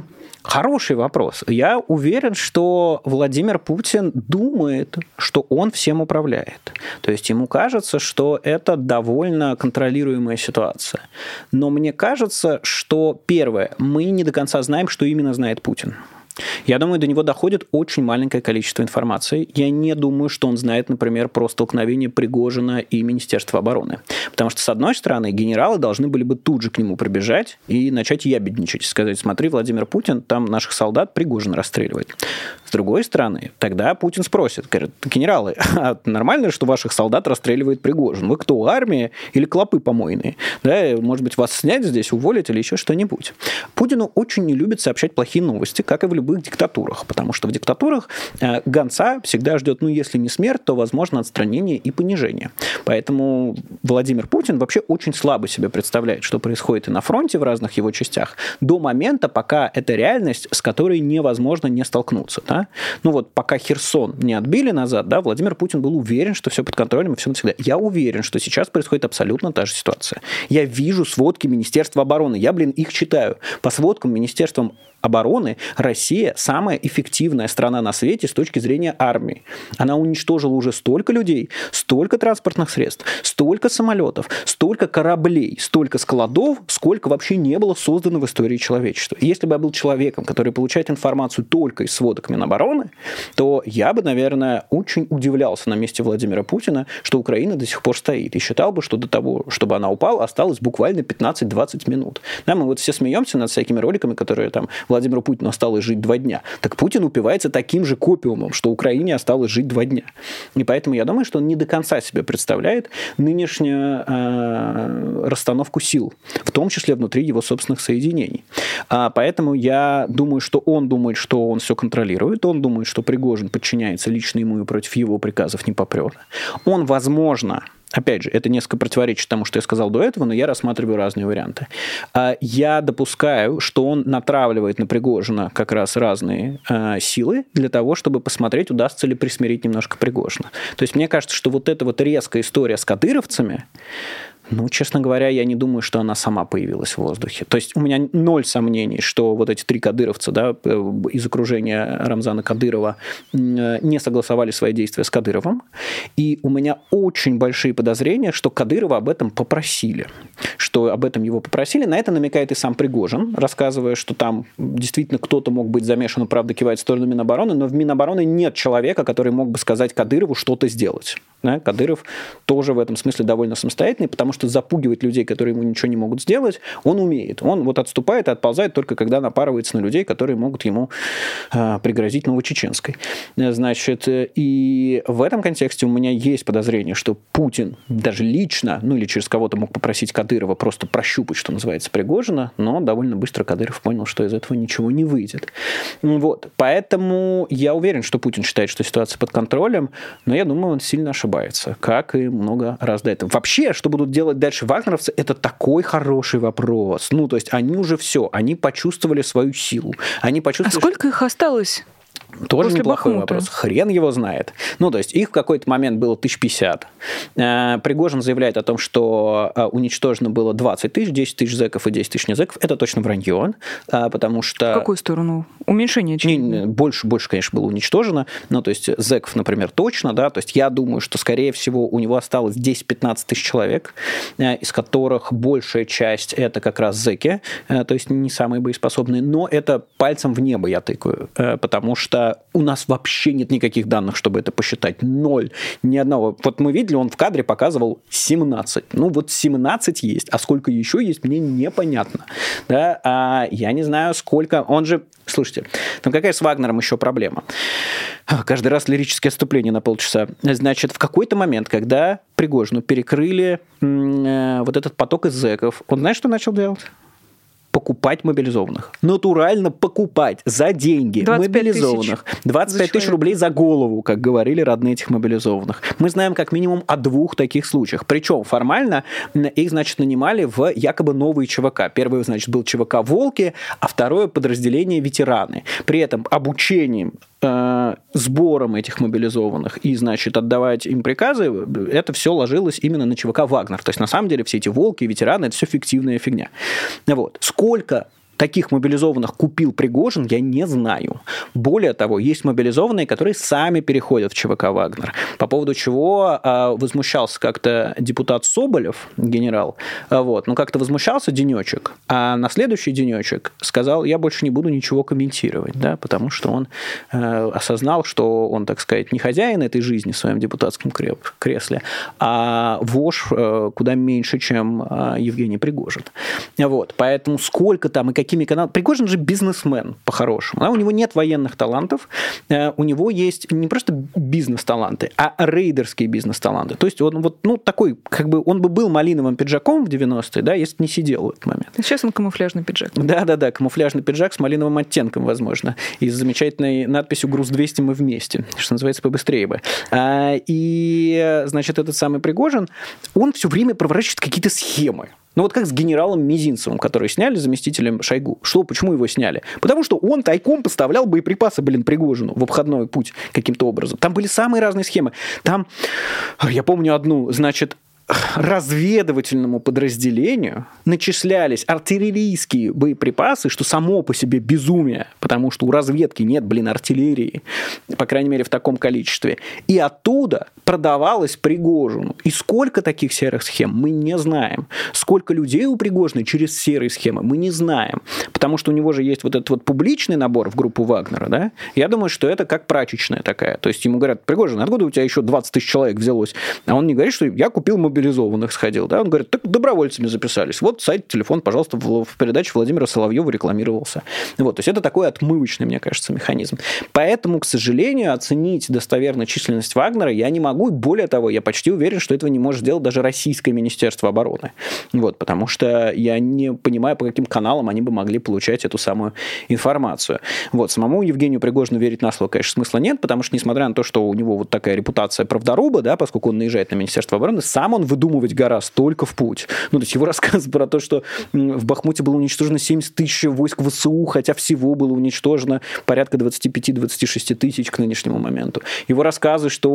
Speaker 3: хороший вопрос. Я уверен, что Владимир Путин думает, что он всем управляет. То есть ему кажется, что это довольно контролируемая ситуация. Но мне кажется, что, первое, мы не до конца знаем, что именно знает Путин. Я думаю, до него доходит очень маленькое количество информации. Я не думаю, что он знает, например, про столкновение Пригожина и Министерства обороны. Потому что, с одной стороны, генералы должны были бы тут же к нему прибежать и начать ябедничать. Сказать: смотри, Владимир Путин, там наших солдат Пригожин расстреливает. С другой стороны, тогда Путин спросит, говорит: генералы, а нормально, что ваших солдат расстреливает Пригожин? Вы кто, армия или клопы помойные? Да, может быть, вас снять здесь, уволить или еще что-нибудь? Путину очень не любит сообщать плохие новости, как и в любых диктатурах, потому что в диктатурах гонца всегда ждет, если не смерть, то, возможно, отстранение и понижение. Поэтому Владимир Путин вообще очень слабо себе представляет, что происходит и на фронте в разных его частях, до момента, пока это реальность, с которой невозможно не столкнуться. Да? Пока Херсон не отбили назад, да, Владимир Путин был уверен, что все под контролем и все навсегда. Я уверен, что сейчас происходит абсолютно та же ситуация. Я вижу сводки Министерства обороны, я, их читаю. По сводкам Министерства обороны Россия самая эффективная страна на свете с точки зрения армии. Она уничтожила уже столько людей, столько транспортных средств, столько самолетов, столько кораблей, столько складов, сколько вообще не было создано в истории человечества. И если бы я был человеком, который получает информацию только из сводок Минобороны, то я бы, наверное, очень удивлялся на месте Владимира Путина, что Украина до сих пор стоит. И считал бы, что до того, чтобы она упала, осталось буквально 15-20 минут. Да, мы все смеемся над всякими роликами, которые там Владимиру Путину осталось жить 2 дня. Так Путин упивается таким же копиумом, что Украине осталось жить 2 дня. И поэтому я думаю, что он не до конца себе представляет нынешнюю расстановку сил, в том числе внутри его собственных соединений. Поэтому я думаю, что он думает, что он все контролирует, он думает, что Пригожин подчиняется лично ему и против его приказов не попрет. Он, возможно... Опять же, это несколько противоречит тому, что я сказал до этого, но я рассматриваю разные варианты. Я допускаю, что он натравливает на Пригожина как раз разные силы для того, чтобы посмотреть, удастся ли присмирить немножко Пригожина. То есть мне кажется, что эта резкая история с кадыровцами, честно говоря, я не думаю, что она сама появилась в воздухе. То есть у меня 0 сомнений, что эти 3 кадыровца, да, из окружения Рамзана Кадырова не согласовали свои действия с Кадыровым. И у меня очень большие подозрения, что Кадырова об этом попросили. Что об этом его попросили. На это намекает и сам Пригожин, рассказывая, что там действительно кто-то мог быть замешан, правда, кивает в сторону Минобороны, но в Минобороны нет человека, который мог бы сказать Кадырову что-то сделать. Да? Кадыров тоже в этом смысле довольно самостоятельный, потому что запугивать людей, которые ему ничего не могут сделать, он умеет. Он отступает и отползает только когда напарывается на людей, которые могут ему пригрозить новочеченской. Значит, и в этом контексте у меня есть подозрение, что Путин даже лично, или через кого-то мог попросить Кадырова просто прощупать, что называется, Пригожина, но довольно быстро Кадыров понял, что из этого ничего не выйдет. Поэтому я уверен, что Путин считает, что ситуация под контролем, но я думаю, он сильно ошибается, как и много раз до этого. Вообще, что будут делать дальше вагнеровцы, это такой хороший вопрос. То есть они уже все, они почувствовали свою силу. Они почувствовали,
Speaker 2: сколько их осталось?
Speaker 3: Тоже
Speaker 2: после
Speaker 3: неплохой
Speaker 2: Бахмута.
Speaker 3: Вопрос. Хрен его знает. То есть их в какой-то момент было 1050. Пригожин заявляет о том, что уничтожено было 20 тысяч, 10 тысяч зэков и 10 тысяч не зэков. Это точно вранье, потому что...
Speaker 2: В какую сторону? Уменьшение?
Speaker 3: Больше, конечно, было уничтожено. То есть зэков, например, точно, да. То есть я думаю, что, скорее всего, у него осталось 10-15 тысяч человек, из которых большая часть это как раз зэки, то есть не самые боеспособные, но это пальцем в небо я тыкаю, потому что у нас вообще нет никаких данных, чтобы это посчитать. 0. Ни одного. Мы видели, он в кадре показывал 17. 17 есть. А сколько еще есть, мне непонятно. Да? Я не знаю, сколько... Он же... Слушайте, какая с Вагнером еще проблема? Каждый раз лирическое отступление на полчаса. Значит, в какой-то момент, когда Пригожину перекрыли этот поток из зэков, он знаешь, что начал делать? Покупать мобилизованных. Натурально покупать за деньги
Speaker 2: 25
Speaker 3: мобилизованных. 25 тысяч рублей за голову, как говорили родные этих мобилизованных. Мы знаем как минимум о 2 таких случаях. Причем формально их, нанимали в якобы новые ЧВК. Первый, был ЧВК «Волки», а второе подразделение «Ветераны». При этом обучением сбором этих мобилизованных и, значит, отдавать им приказы, это все ложилось именно на ЧВК «Вагнер». То есть, на самом деле, все эти волки, ветераны, это все фиктивная фигня. Вот. Сколько таких мобилизованных купил Пригожин, я не знаю. Более того, есть мобилизованные, которые сами переходят в ЧВК «Вагнер», по поводу чего возмущался как-то депутат Соболев, генерал, вот, ну как-то возмущался денечек, а на следующий денечек сказал, я больше не буду ничего комментировать, да, потому что он осознал, что он, так сказать, не хозяин этой жизни в своем депутатском кресле, а вож куда меньше, чем Евгений Пригожин. Вот, поэтому сколько там и какими каналами... Пригожин же бизнесмен, по-хорошему. Да? У него нет военных талантов, у него есть не просто бизнес-таланты, а рейдерские бизнес-таланты. То есть он вот, ну, такой, как бы, он бы был малиновым пиджаком в 90-е, да, если бы не сидел в этот момент.
Speaker 2: Сейчас он камуфляжный пиджак.
Speaker 3: Да-да-да, камуфляжный пиджак с малиновым оттенком, возможно, и с замечательной надписью «Груз-200 мы вместе», что называется, побыстрее бы. И, значит, этот самый Пригожин, он все время проворачивает какие-то схемы. Ну вот как с генералом Мизинцевым, который сняли заместителем Шойгу. Что, почему его сняли? Потому что он тайком поставлял боеприпасы, Пригожину в обходной путь каким-то образом. Там были самые разные схемы. Там, я помню одну, значит, разведывательному подразделению начислялись артиллерийские боеприпасы, что само по себе безумие, потому что у разведки нет, артиллерии, по крайней мере, в таком количестве. И оттуда продавалось Пригожину. И сколько таких серых схем, мы не знаем. Сколько людей у Пригожина через серые схемы, мы не знаем. Потому что у него же есть вот этот вот публичный набор в группу Вагнера, да? Я думаю, что это как прачечная такая. То есть ему говорят, Пригожин, откуда у тебя еще 20 тысяч человек взялось? А он не говорит, что я купил мобилизованных, сходил, да? Он говорит, так добровольцами записались. Вот сайт, телефон, пожалуйста, в передаче Владимира Соловьева рекламировался. Вот, то есть это такой отмывочный, мне кажется, механизм. Поэтому, к сожалению, оценить достоверно численность Вагнера я не могу. И более того, я почти уверен, что этого не может сделать даже российское Министерство обороны. Вот, потому что я не понимаю, по каким каналам они бы могли получать эту самую информацию. Вот, самому Евгению Пригожину верить на слово, конечно, смысла нет, потому что, несмотря на то, что у него вот такая репутация правдоруба, да, поскольку он наезжает на Министерство обороны, сам он выдумывать гораздо только в путь. Ну, то есть его рассказ про то, что в Бахмуте было уничтожено 70 тысяч войск ВСУ, хотя всего было уничтожено порядка 25-26 тысяч к нынешнему моменту. Его рассказы, что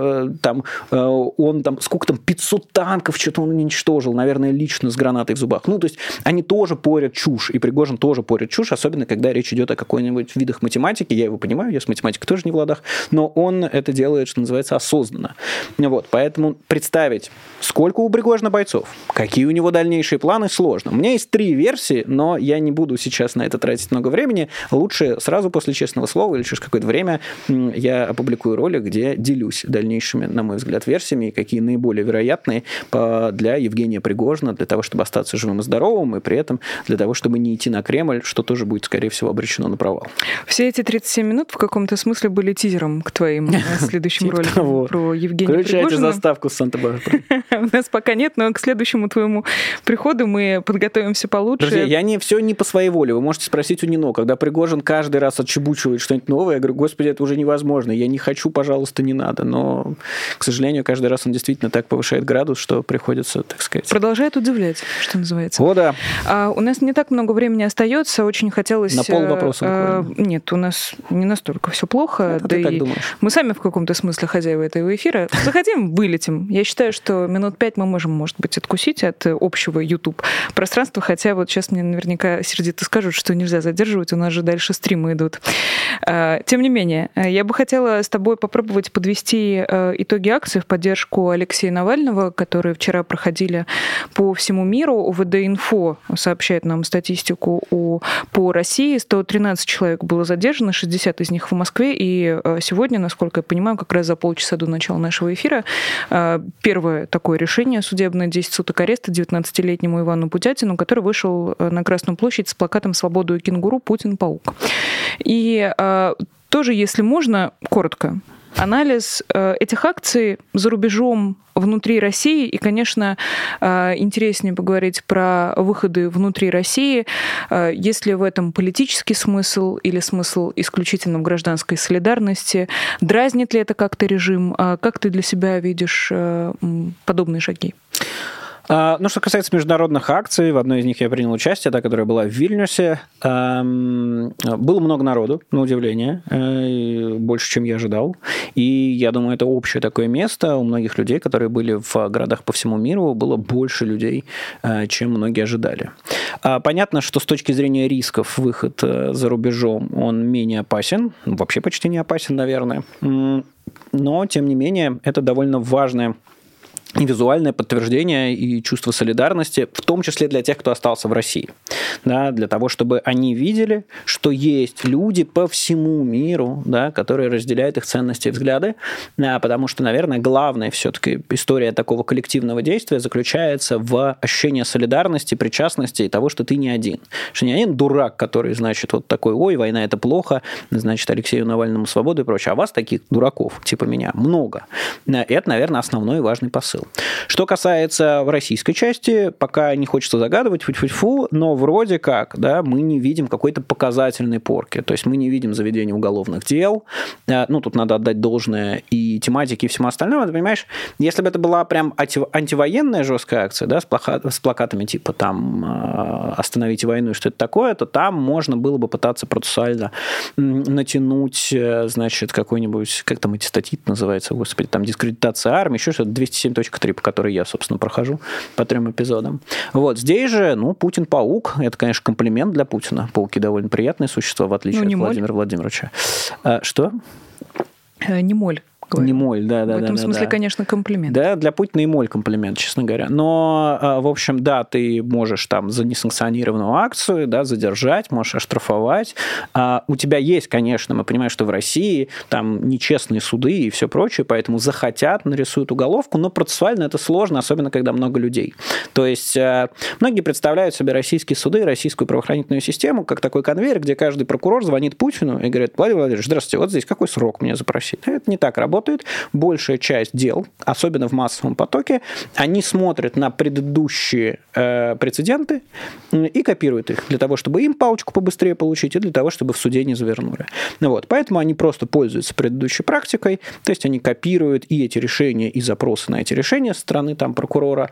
Speaker 3: он там, сколько там, 500 танков что-то он уничтожил, наверное, лично с гранатой в зубах. Ну, то есть они тоже порят чушь, и Пригожин тоже порят чушь, особенно когда речь идет о какой-нибудь видах математики. Я его понимаю, я с математикой тоже не в ладах, но он это делает, что называется, осознанно. Вот, поэтому представить, сколько у Пригожина бойцов, какие у него дальнейшие планы, сложно. У меня есть 3 версии, но я не буду сейчас на это тратить много времени. Лучше сразу после честного слова или через какое-то время я опубликую ролик, где делюсь дальнейшими, на мой взгляд, версиями, какие наиболее вероятные для Евгения Пригожина, для того, чтобы остаться живым и здоровым, и при этом для того, чтобы не идти на Кремль, что тоже будет, скорее всего, обречено на провал.
Speaker 2: Все эти 37 минут в каком-то смысле были тизером к твоим следующим роликам про Евгения Пригожина.
Speaker 3: Включайте заставку с Санта-Барбары.
Speaker 2: У нас пока нет, но к следующему твоему приходу мы подготовимся получше.
Speaker 3: Друзья, я все не по своей воле. Вы можете спросить у Нино, когда Пригожин каждый раз отчебучивает что-нибудь новое, я говорю, господи, это уже невозможно. Я не хочу, пожалуйста, не надо. Но, к сожалению, каждый раз он действительно так повышает градус, что приходится, так сказать...
Speaker 2: Продолжает удивлять, что называется.
Speaker 3: О, да.
Speaker 2: У нас не так много времени остается. Очень хотелось...
Speaker 3: На полвопроса.
Speaker 2: Нет, у нас не настолько все плохо.
Speaker 3: Это ты так думаешь.
Speaker 2: Мы сами в каком-то смысле хозяева этого эфира. Захотим, вылетим. Я считаю, что минут 5 мы можем, может быть, откусить от общего YouTube-пространства, хотя вот сейчас мне наверняка сердито скажут, что нельзя задерживать, у нас же дальше стримы идут. Тем не менее, я бы хотела с тобой попробовать подвести итоги акции в поддержку Алексея Навального, которые вчера проходили по всему миру. ОВД-инфо сообщает нам статистику по России. 113 человек было задержано, 60 из них в Москве, и сегодня, насколько я понимаю, как раз за полчаса до начала нашего эфира, первое такое решение судебное, 10 суток ареста 19-летнему Ивану Путятину, который вышел на Красную площадь с плакатом «Свободу и кенгуру, Путин паук». И тоже, если можно, коротко, анализ этих акций за рубежом, внутри России, и, конечно, интереснее поговорить про выходы внутри России. Есть ли в этом политический смысл или смысл исключительно в гражданской солидарности? Дразнит ли это как-то режим? Как ты для себя видишь подобные шаги?
Speaker 3: Что касается международных акций, в одной из них я принял участие, та, которая была в Вильнюсе. Было много народу, на удивление, больше, чем я ожидал. И я думаю, это общее такое место. У многих людей, которые были в городах по всему миру, было больше людей, чем многие ожидали. Понятно, что с точки зрения рисков выход за рубежом, он менее опасен, вообще почти не опасен, наверное. Но, тем не менее, это довольно важное и визуальное подтверждение и чувство солидарности, в том числе для тех, кто остался в России. Да, для того, чтобы они видели, что есть люди по всему миру, да, которые разделяют их ценности и взгляды, потому что, наверное, главная все-таки история такого коллективного действия заключается в ощущении солидарности, причастности и того, что ты не один. Что не один дурак, который, значит, вот такой, ой, война – это плохо, значит, Алексею Навальному свободу и прочее. А вас таких дураков, типа меня, много. И это, наверное, основной важный посыл. Что касается российской части, пока не хочется загадывать, фу-фу-фу, но вроде как, да, мы не видим какой-то показательной порки. То есть мы не видим заведения уголовных дел. Тут надо отдать должное и тематике, и всему остальному. Ты понимаешь, если бы это была прям антивоенная жесткая акция, да, с плакатами типа там «Остановите войну» и что это такое, то там можно было бы пытаться процессуально натянуть, значит, какой-нибудь, как там эти статьи называются, господи, там дискредитация армии, еще что-то, 207.3, по которой я, собственно, прохожу по 3 эпизодам. Вот здесь же, Путин паук. Это, конечно, комплимент для Путина. Пауки довольно приятные существа, в отличие от Владимира Владимировича. Что?
Speaker 2: Не моль. Говорю.
Speaker 3: Не моль, да.
Speaker 2: В этом смысле, конечно, комплимент.
Speaker 3: Да, для Путина и моль комплимент, честно говоря. Но, в общем, да, ты можешь там за несанкционированную акцию, да, задержать, можешь оштрафовать. У тебя есть, конечно, мы понимаем, что в России там нечестные суды и все прочее, поэтому захотят, нарисуют уголовку, но процессуально это сложно, особенно когда много людей. То есть многие представляют себе российские суды, российскую правоохранительную систему как такой конвейер, где каждый прокурор звонит Путину и говорит: Владимир Владимирович, здравствуйте, вот здесь какой срок мне запросить? Это не так работает. Большая часть дел, особенно в массовом потоке, они смотрят на предыдущие прецеденты и копируют их для того, чтобы им палочку побыстрее получить, и для того, чтобы в суде не завернули. Поэтому они просто пользуются предыдущей практикой, то есть они копируют и эти решения, и запросы на эти решения со стороны там, прокурора,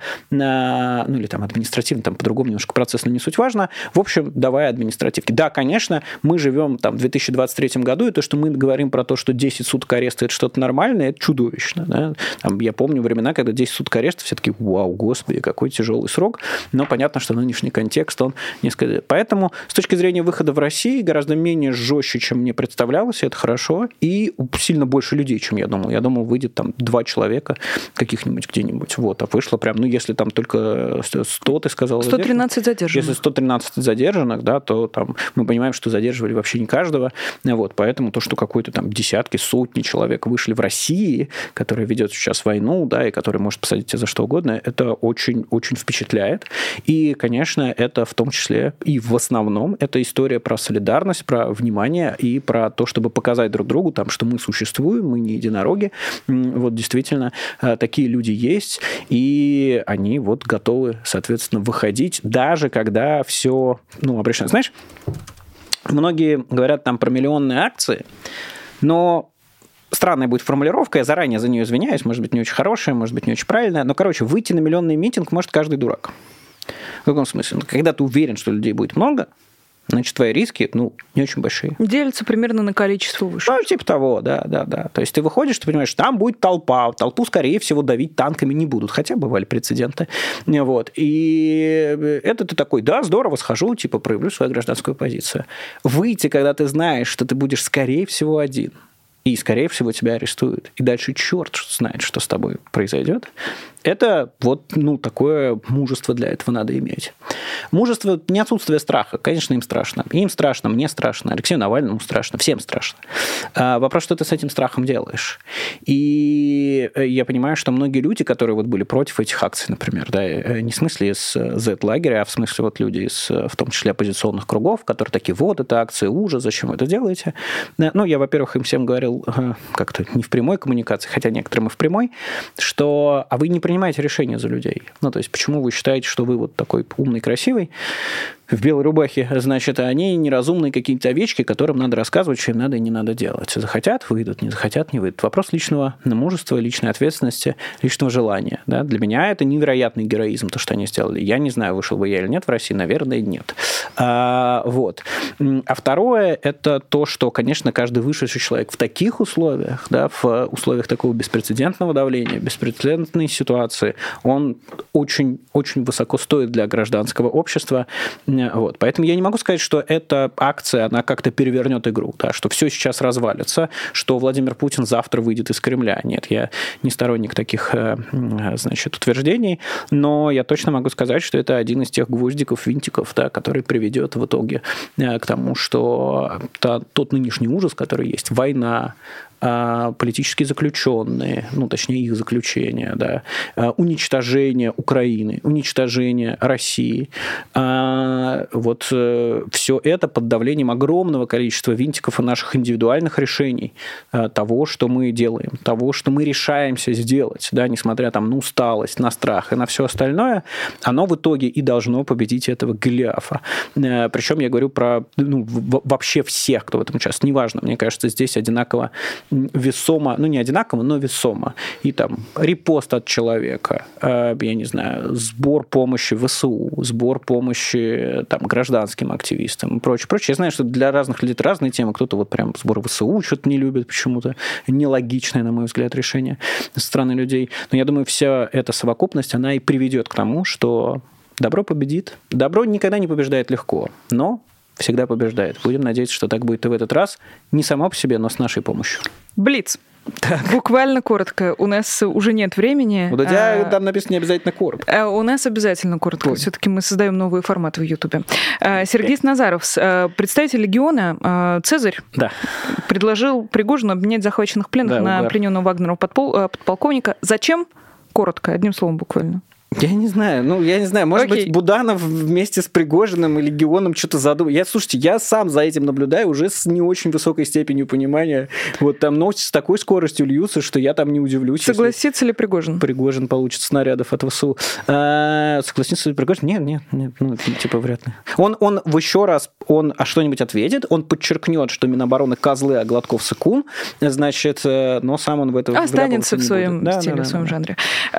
Speaker 3: или там административно, там по-другому немножко процессно, не суть важно. В общем, давай административки. Да, конечно, мы живем там в 2023 году, и то, что мы говорим про то, что 10 суток ареста – это что-то нормальное, это чудовищно. Да? Там, я помню времена, когда 10 суток ареста, все таки вау, господи, какой тяжелый срок. Но понятно, что нынешний контекст, он несколько... Поэтому с точки зрения выхода в России гораздо менее жестче, чем мне представлялось, это хорошо, и сильно больше людей, чем я думал. Я думал, выйдет там 2 человека каких-нибудь где-нибудь. А вышло прям, если там только 100, ты сказал,
Speaker 2: 113 задержанных.
Speaker 3: Если 113 задержанных, да, то там мы понимаем, что задерживали вообще не каждого. Поэтому то, что какой-то там десятки, сотни человек вышли в России, которая ведет сейчас войну, да, и которая может посадить тебя за что угодно, это очень-очень впечатляет. И, конечно, это в том числе и в основном это история про солидарность, про внимание и про то, чтобы показать друг другу, там, что мы существуем, мы не единороги. Действительно, такие люди есть, и они готовы, соответственно, выходить, даже когда все, обращено. Знаешь, многие говорят там про миллионные акции, но странная будет формулировка, я заранее за нее извиняюсь, может быть, не очень хорошая, может быть, не очень правильная, но, выйти на миллионный митинг может каждый дурак. В каком смысле? Когда ты уверен, что людей будет много, значит, твои риски, не очень большие.
Speaker 2: Делятся примерно на количество выше.
Speaker 3: Типа того, да. То есть ты выходишь, ты понимаешь, там будет толпа, толпу, скорее всего, давить танками не будут, хотя бывали прецеденты. И это ты такой, да, здорово, схожу, проявлю свою гражданскую позицию. Выйти, когда ты знаешь, что ты будешь, скорее всего, один, и, скорее всего, тебя арестуют, и дальше черт знает, что с тобой произойдет. Это такое мужество для этого надо иметь. Мужество – не отсутствие страха. Конечно, им страшно. Им страшно, мне страшно, Алексею Навальному страшно, всем страшно. Вопрос, что ты с этим страхом делаешь. И я понимаю, что многие люди, которые были против этих акций, например, да, не в смысле из Z-лагеря, а в смысле люди из, в том числе, оппозиционных кругов, которые такие, это акция, ужас, зачем вы это делаете? Я, во-первых, им всем говорил, как-то не в прямой коммуникации, хотя некоторым и в прямой, что вы не принимаете решения за людей. То есть, почему вы считаете, что вы такой умный, красивый? в белой рубахе, значит, они неразумные какие-то овечки, которым надо рассказывать, что им надо и не надо делать. Захотят – выйдут, не захотят – не выйдут. Вопрос личного мужества, личной ответственности, личного желания. Да? Для меня это невероятный героизм, то, что они сделали. Я не знаю, вышел бы я или нет в России, наверное, нет. Вот. А второе – это то, что, конечно, каждый вышедший человек в таких условиях, да, в условиях такого беспрецедентного давления, беспрецедентной ситуации, он очень, очень высоко стоит для гражданского общества. Вот. Поэтому я не могу сказать, что эта акция, она как-то перевернет игру, да, что все сейчас развалится, что Владимир Путин завтра выйдет из Кремля. Нет, я не сторонник таких, значит, утверждений, но я точно могу сказать, что это один из тех гвоздиков, винтиков, да, который приведет в итоге к тому, что тот нынешний ужас, который есть, война, политические заключенные, ну, точнее, их заключение, да, уничтожение Украины, уничтожение России. Вот все это под давлением огромного количества винтиков и наших индивидуальных решений того, что мы делаем, того, что мы решаемся сделать, да, несмотря там на усталость, на страх и на все остальное, оно в итоге и должно победить этого Голиафа. Причем я говорю про вообще всех, кто в этом участвует. Неважно, мне кажется, здесь одинаково весомо, ну не одинаково, но весомо. И там репост от человека, я не знаю, сбор помощи ВСУ, сбор помощи там гражданским активистам и прочее, прочее. Я знаю, что для разных людей это разные темы. Кто-то вот прям сбор ВСУ что-то не любит почему-то. Нелогичное, на мой взгляд, решение со стороны людей. Но я думаю, вся эта совокупность, она и приведет к тому, что добро победит. Добро никогда не побеждает легко, но всегда побеждает. Будем надеяться, что так будет и в этот раз. Не само по себе, но с нашей помощью.
Speaker 2: Блиц. Так. Буквально коротко. У нас уже нет времени.
Speaker 3: У тебя там написано не обязательно коротко.
Speaker 2: У нас обязательно коротко. Все-таки мы создаем новый формат в Ютубе. Сергей Назаров, представитель легиона Цезарь, предложил Пригожину обменять захваченных пленных на плененного Вагнера подполковника. Зачем? Коротко, одним словом буквально.
Speaker 3: Я не знаю, может быть, Буданов вместе с Пригожиным и Легионом что-то задумал. Слушайте, я сам за этим наблюдаю уже с не очень высокой степенью понимания. Вот там новости с такой скоростью льются, что я там не удивлюсь.
Speaker 2: Согласится ли Пригожин?
Speaker 3: Пригожин получит снарядов от ВСУ. Согласится ли Пригожин? Нет, ну, типа вряд ли. Он еще раз, что-нибудь ответит, он подчеркнет, что Минобороны козлы, а Гладков сыкун, значит, но сам он в этом
Speaker 2: останется в своем стиле, в своем жанре.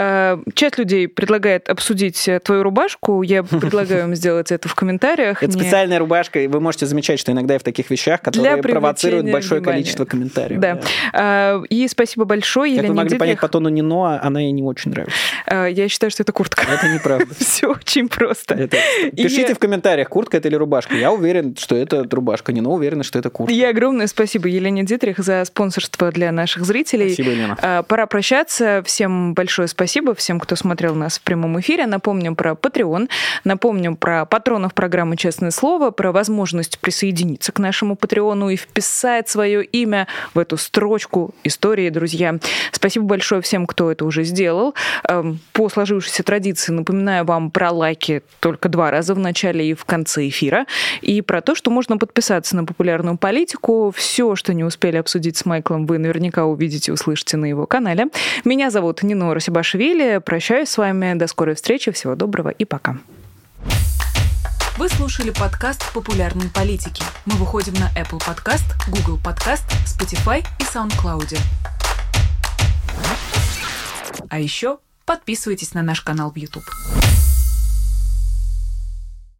Speaker 2: Часть людей предлагает обсудить твою рубашку. Я предлагаю им сделать это в комментариях.
Speaker 3: Это специальная рубашка, и вы можете замечать, что иногда я в таких вещах, которые провоцируют большое количество комментариев.
Speaker 2: Да. И спасибо большое, Елене Дитрих.
Speaker 3: Как вы могли понять по тону Нино, она ей не очень нравится.
Speaker 2: Я считаю, что это куртка.
Speaker 3: Это неправда.
Speaker 2: Все очень просто.
Speaker 3: Пишите в комментариях, куртка это или рубашка. Я уверен, что это рубашка. Нино уверена, что это куртка.
Speaker 2: И огромное спасибо Елене Дитрих за спонсорство для наших зрителей.
Speaker 3: Спасибо, Елена.
Speaker 2: Пора прощаться. Всем большое спасибо. Всем, кто смотрел нас в прямом эфире. Напомним про Patreon, напомним про патронов программы «Честное слово», про возможность присоединиться к нашему Патреону и вписать свое имя в эту строчку истории, друзья. Спасибо большое всем, кто это уже сделал. По сложившейся традиции напоминаю вам про лайки только 2 раза в начале и в конце эфира, и про то, что можно подписаться на популярную политику. Все, что не успели обсудить с Майклом, вы наверняка увидите и услышите на его канале. Меня зовут Нино Расибашвили. Прощаюсь с вами. До скорой встречи. Всего доброго и пока.
Speaker 1: Вы слушали подкаст «Популярные политики». Мы выходим на Apple Podcast, Google Podcast, Spotify и SoundCloud. А еще подписывайтесь на наш канал в YouTube.